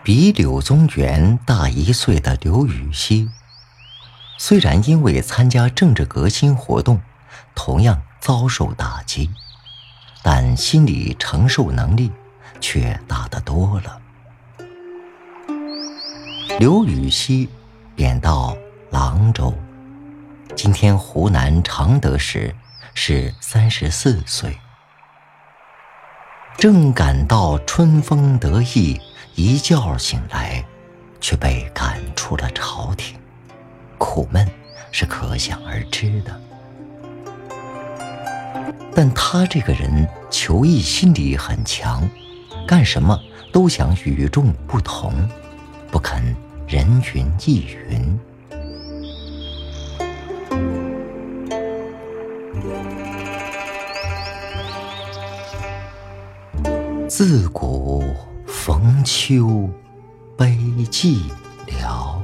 比柳宗元大1岁的刘禹锡，虽然因为参加政治革新活动同样遭受打击，但心理承受能力却大得多了。刘禹锡贬到郎州，今天湖南常德时，是34岁。正感到春风得意，一觉醒来，却被赶出了朝廷，苦闷是可想而知的。但他这个人求艺心理很强，干什么都想与众不同，不肯人云亦云。自古逢秋悲寂寥，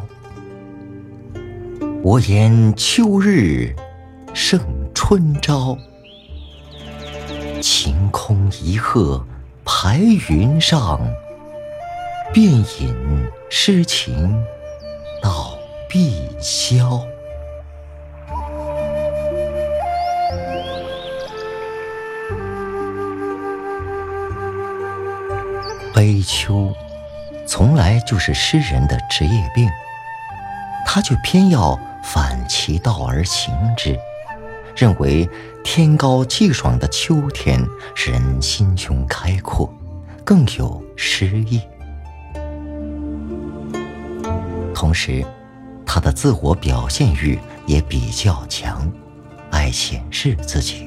我言秋日胜春朝。晴空一鹤排云上，便引诗情到碧霄。悲秋从来就是诗人的职业病，他却偏要反其道而行之，认为天高气爽的秋天使人心胸开阔，更有诗意。同时他的自我表现欲也比较强，爱显示自己。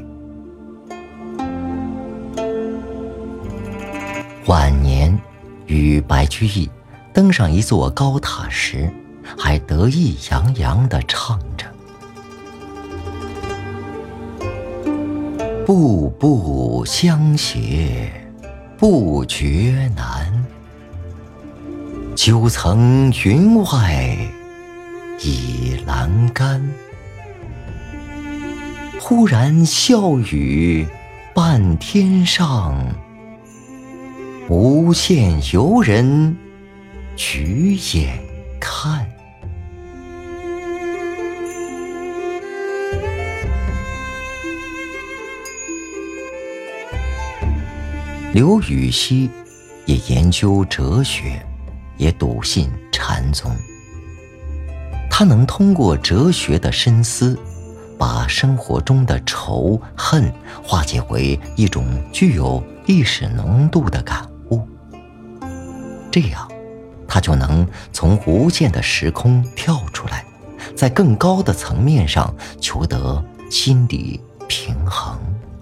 晚年与白居易登上一座高塔时，还得意洋洋地唱着：步步相携不觉难，九层云外倚栏杆。忽然笑语半天上，无限游人举眼看。刘禹锡也研究哲学，也笃信禅宗。他能通过哲学的深思，把生活中的仇恨化解为一种具有历史浓度的感悟，这样他就能从无限的时空跳出来，在更高的层面上求得心理平衡。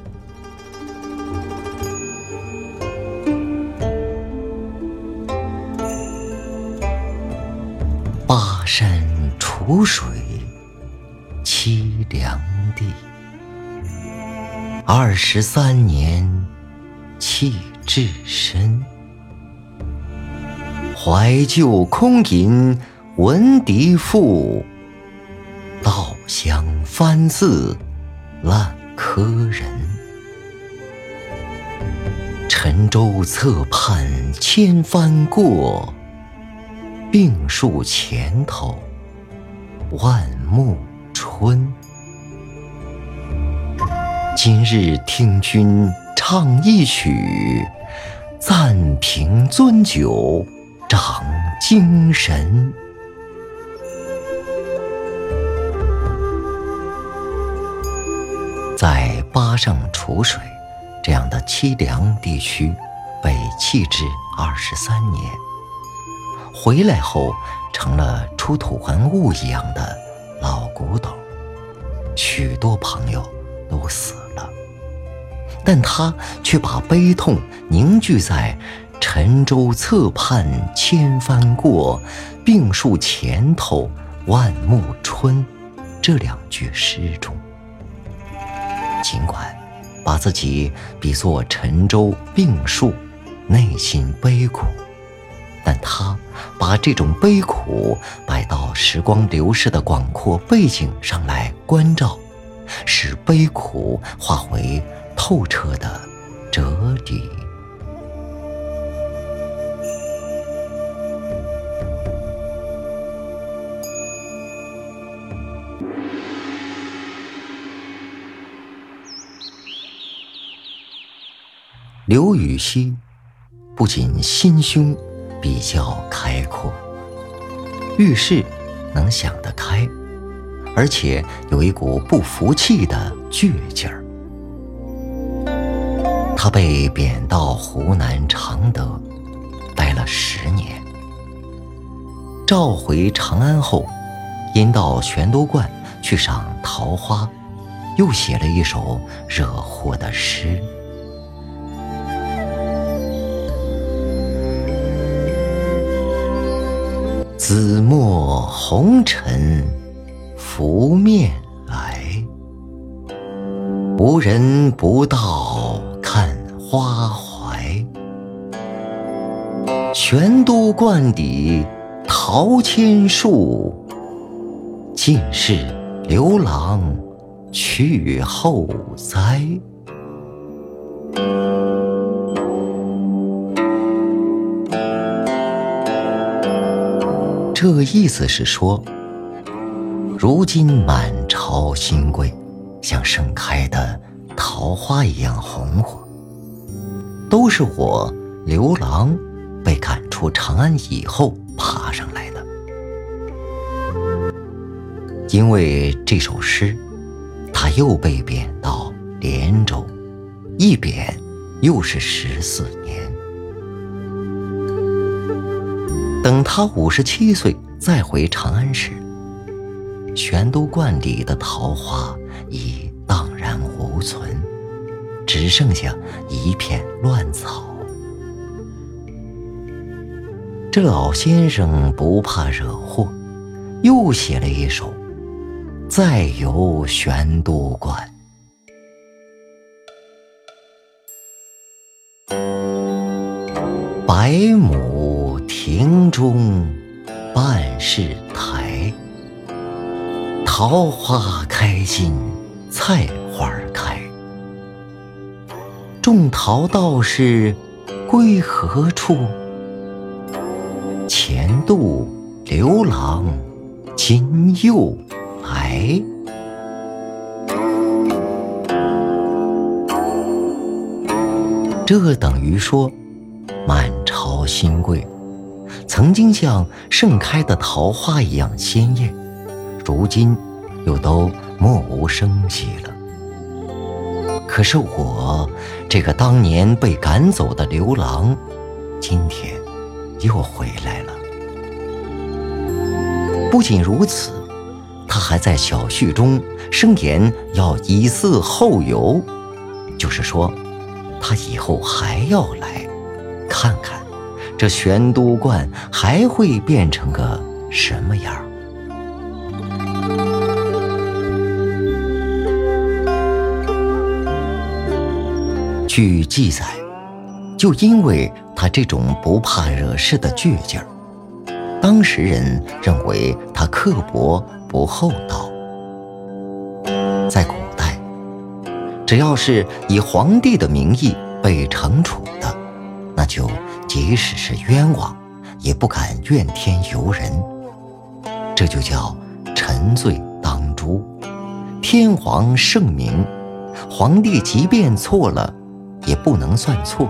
巴山楚水凄凉地，23年气至深。怀旧空吟闻笛赋，稻香翻自烂柯人。沉舟侧畔千帆过，病树前头万木春。今日听君唱一曲，暂凭樽酒长精神。在巴上楚水这样的凄凉地区被弃置23年，回来后成了出土文物一样的老古董，许多朋友都死了，但他却把悲痛凝聚在沉舟侧畔千帆过，病树前头万木春这2句诗中。尽管把自己比作沉舟病树，内心悲苦，但他把这种悲苦摆到时光流逝的广阔背景上来关照，使悲苦化为透彻的哲理。 刘禹锡不仅心胸比较开阔，遇事能想得开，而且有一股不服气的倔劲儿。他被贬到湖南常德，待了10年。召回长安后，因到玄都观去赏桃花，又写了一首惹祸的诗。紫陌红尘拂面来，无人不道看花怀。玄都观底桃千树，尽是刘郎去后栽。这意思是说，如今满朝新贵像盛开的桃花一样红火，都是我刘郎被赶出长安以后爬上来的。因为这首诗，他又被贬到连州，一贬又是14年。等他57岁再回长安时，玄都观里的桃花已荡然无存，只剩下一片乱草。这老先生不怕惹祸，又写了一首《再游玄都观》。百亩庭中半是苔，桃花开尽菜花开。种桃道士归何处？前度刘郎今又来。这等于说，满朝新贵曾经像盛开的桃花一样鲜艳，如今又都默无声息了。可是我这个当年被赶走的刘郎，今天又回来了。不仅如此，他还在小序中声言要以嗣后游，就是说他以后还要来看看这玄都观还会变成个什么样。据记载，就因为他这种不怕惹事的倔劲儿，当时人认为他刻薄不厚道。在古代，只要是以皇帝的名义被惩处的，那就即使是冤枉，也不敢怨天尤人，这就叫臣罪当诛。天皇圣明，皇帝即便错了，也不能算错。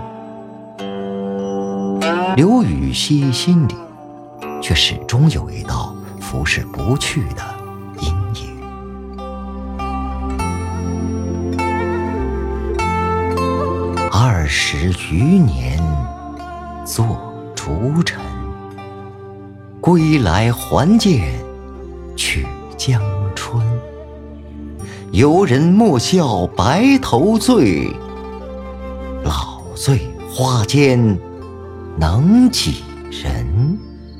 刘禹锡心里却始终有一道拂拭不去的阴影。20余年做逐臣，归来还见去江春。游人莫笑白头醉，老醉花间能几人？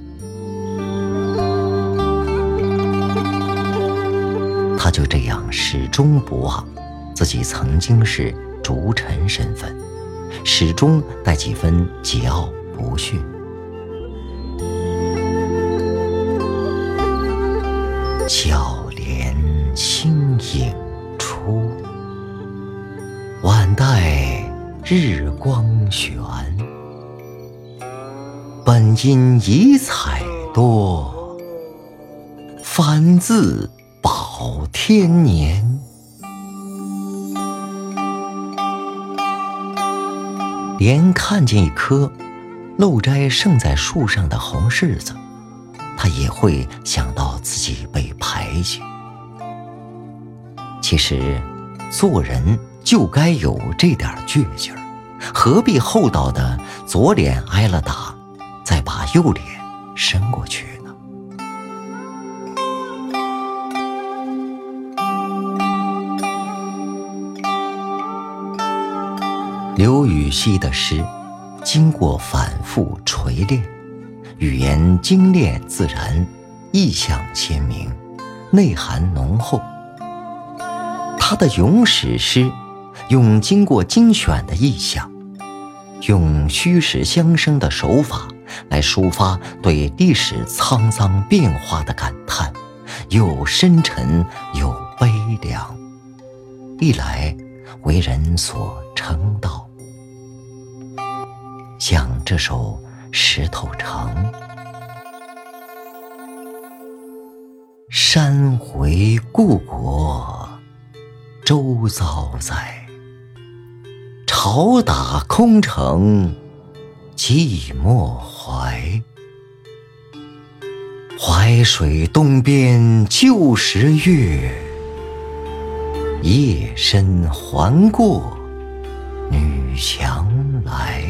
他就这样始终不忘自己曾经是逐臣身份，始终带几分桀骜不驯。巧怜星影出，晚待日光悬。本因遗采多，反自保天年。 连看见一颗漏摘剩在树上的红柿子，他也会想到自己被排挤。其实做人就该有这点倔劲儿，何必厚道的左脸挨了打，再把右脸伸过去呢？刘禹锡的诗经过反复锤炼，语言精炼自然，意象鲜明，内涵浓厚。他的咏史诗用经过精选的意象，用虚实相生的手法来抒发对历史沧桑变化的感叹，又深沉又悲凉，历来为人所称道。像这首《石头城》：山回故国周遭在，朝打空城寂寞怀。淮水东边旧时月，夜深还过女墙来。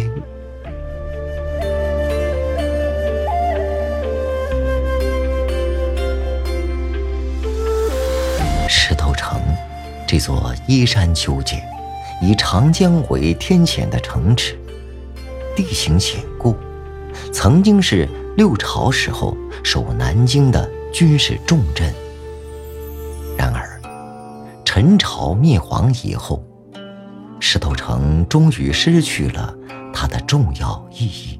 石头城这座依山丘建，以长江为天险的城池，地形险固，曾经是六朝时候守南京的军事重镇。然而陈朝灭亡以后，石头城终于失去了它的重要意义，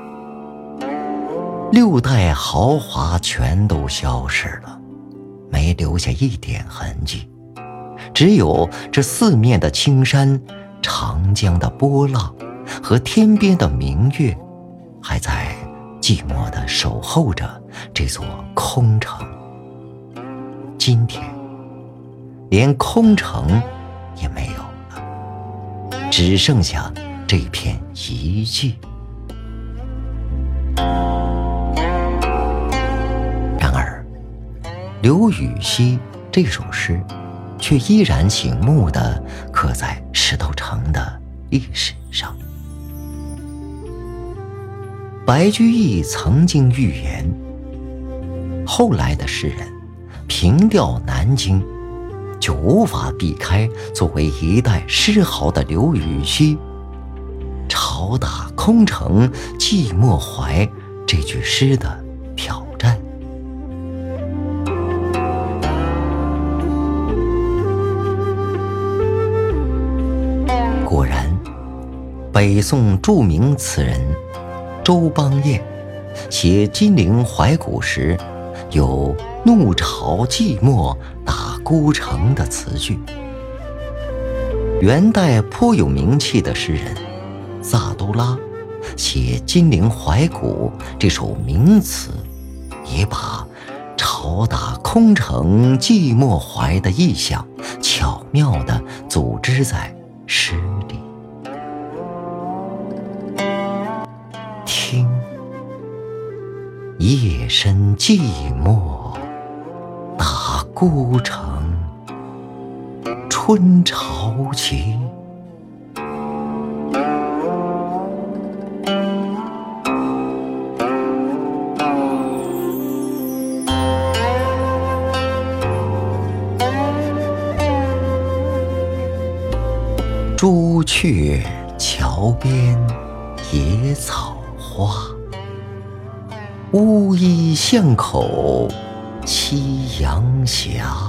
六代豪华全都消失了，没留下一点痕迹，只有这四面的青山、长江的波浪和天边的明月，还在寂寞地守候着这座空城。今天连空城也没有了，只剩下这片遗迹。然而刘禹锡这首诗却依然醒目地刻在石头城的历史上。白居易曾经预言，后来的诗人凭吊南京，就无法避开作为一代诗豪的刘禹锡“朝打空城寂寞怀”这句诗的挑战。果然，北宋著名词人周邦彦写金陵怀古时，有“怒潮寂寞打孤城”的词句。元代颇有名气的诗人萨都拉写金陵怀古这首名词，也把“朝打空城寂寞怀”的意象巧妙地组织在诗里。听，夜深寂寞打孤城，春潮起，朱雀桥边野草花，乌衣巷口夕阳斜。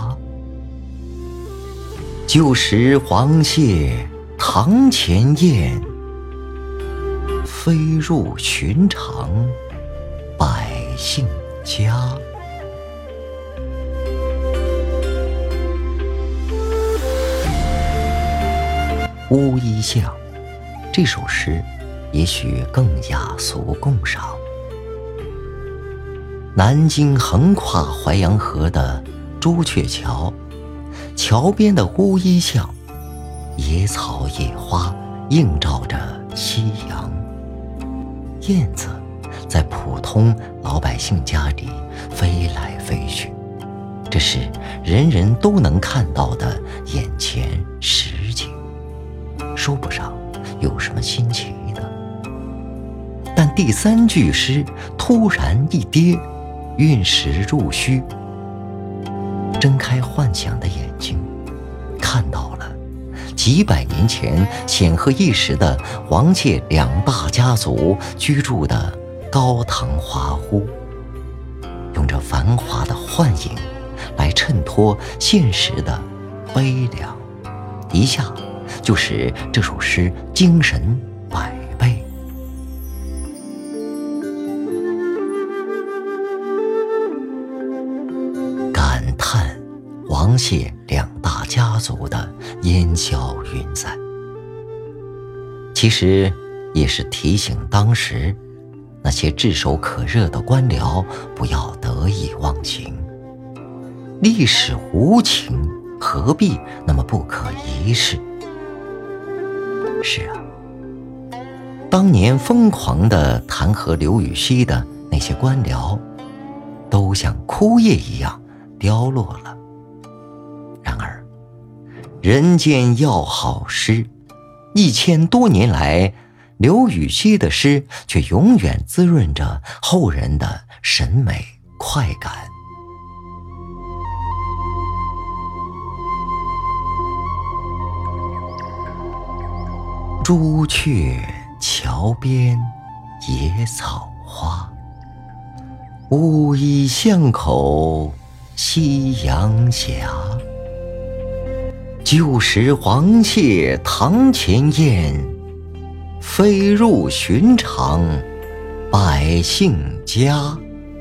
旧时黄蟹堂前燕，飞入寻常百姓家。乌衣巷这首诗也许更雅俗共赏。南京横跨淮阳河的朱雀桥，桥边的乌衣巷，野草野花映照着夕阳。燕子在普通老百姓家里飞来飞去，这是人人都能看到的眼前实景，说不上有什么新奇的。但第3句诗突然一跌，韵时入虚，睁开幻想的眼睛，看到了几百年前显赫一时的王谢2大家族居住的高堂华屋，用这繁华的幻影来衬托现实的悲凉，一下就使这首诗精神百倍。感叹王谢2大家族的烟消云散，其实也是提醒当时那些炙手可热的官僚不要得意忘形。历史无情，何必那么不可一世？是啊，当年疯狂地弹劾刘禹锡的那些官僚，都像枯叶一样凋落了。然而，人间要好诗，1000多年来，刘禹锡的诗却永远滋润着后人的审美快感。朱雀桥边野草花，乌衣巷口夕阳斜。旧时王谢堂前燕，飞入寻常百姓家。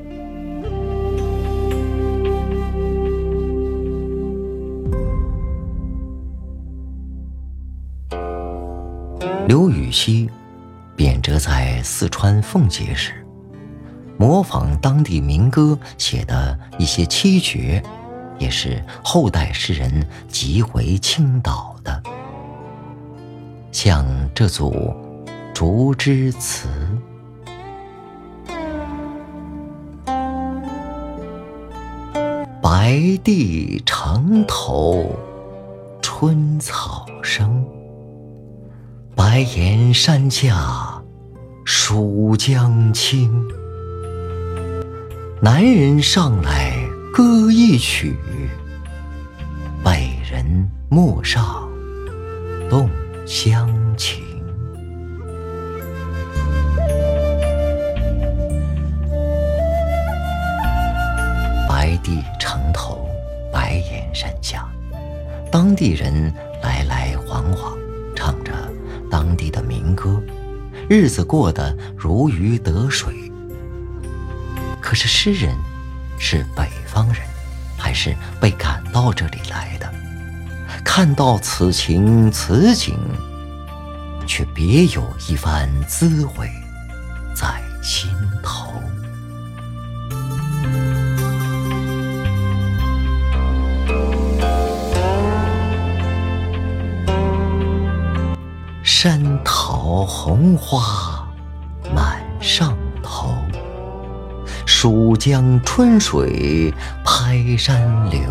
刘禹锡贬谪在四川奉节时，模仿当地民歌写的一些七绝，也是后代诗人极为倾倒的。像这组《竹枝词》：白帝城头春草生，白岩山下蜀江清。男人上来歌一曲，北人陌上动乡情。白帝城头，白岩山下，当地人来来往往，唱着当地的民歌，日子过得如鱼得水。可是诗人是北方人，还是被赶到这里来的？看到此情此景，却别有一番滋味在心头。山桃红花满上头，蜀江春水拍山流。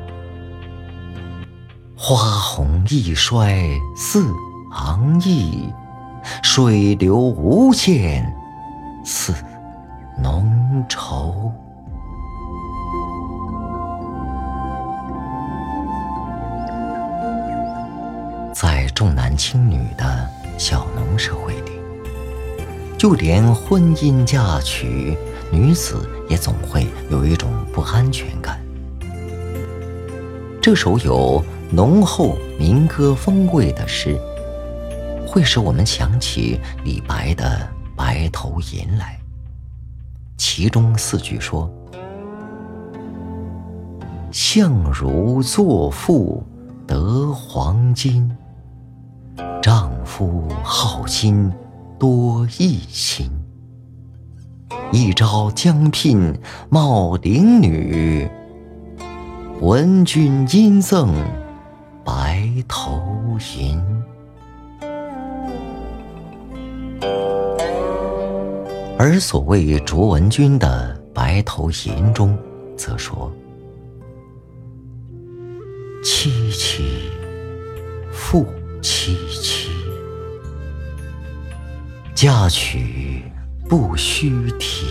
花红一衰似昂逸，水流无限似浓稠。在重男轻女的小农社会里，就连婚姻嫁娶，女子也总会有一种不安全感。这首有浓厚民歌风味的诗，会使我们想起李白的《白头吟》来。其中4句说：相如作妇得黄金，丈夫好心多异心。一朝将聘茂陵女，闻君应赠白头吟。 而所谓卓文君的《白头吟》中则说：凄凄复凄凄，嫁娶不须提，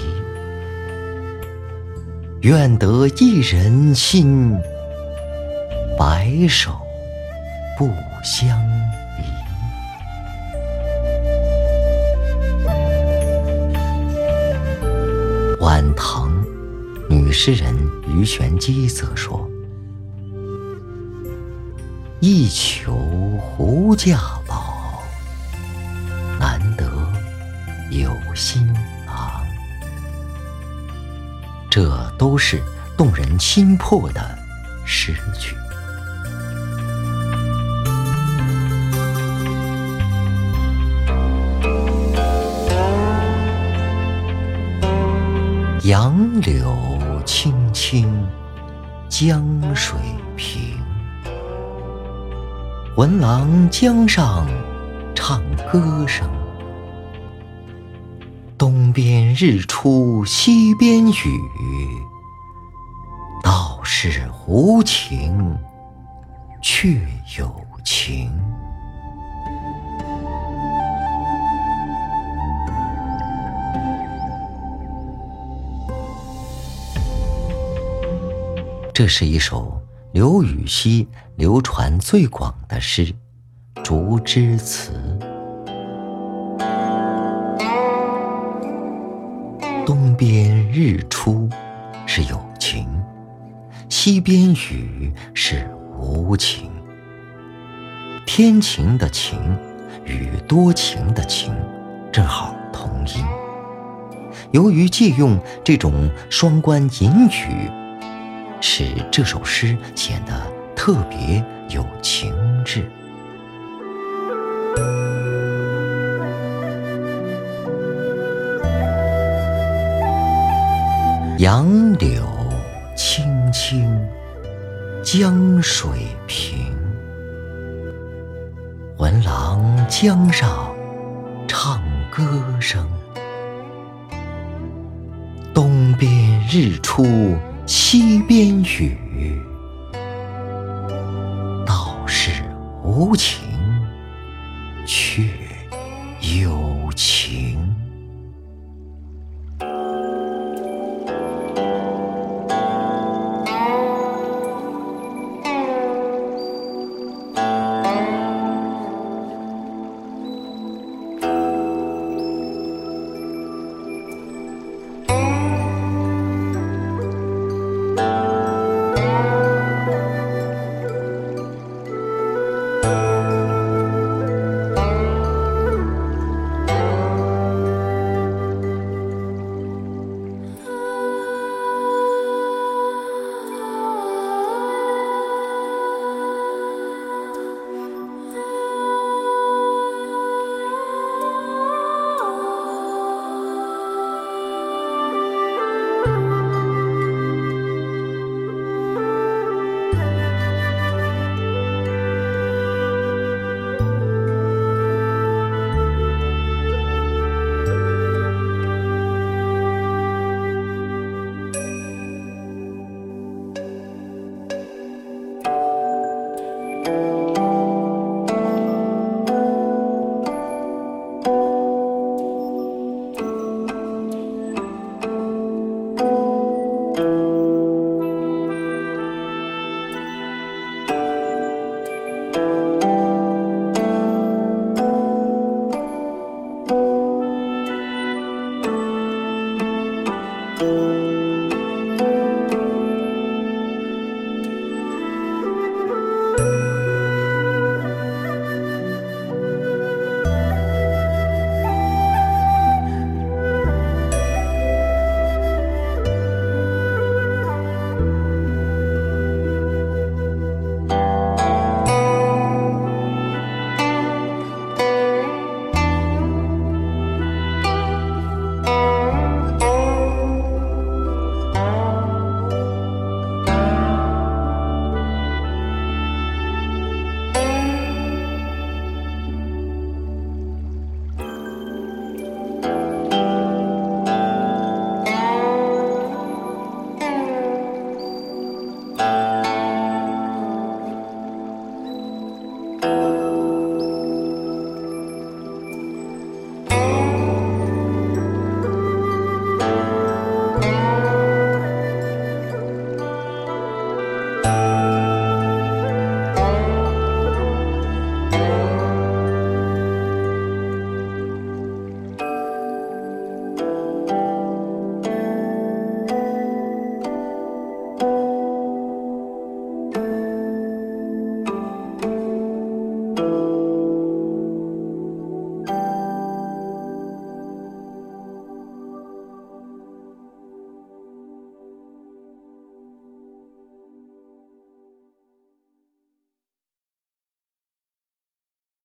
愿得一人心，白首不相离。晚唐女诗人鱼玄机则说：一求胡家宝，难得有新郎。这都是动人心魄的诗句。杨柳青青江水平，闻郎江上唱歌声。东边日出西边雨，道是无晴却有情。这是一首刘禹锡流传最广的诗《竹枝词》。东边日出是有情，西边雨是无情。天晴的晴与多情的情正好同音。由于借用这种双关引语，使这首诗显得特别有情致。杨柳青青江水平，闻郎江上唱歌声。东边日出西边雨，道是无晴却有情。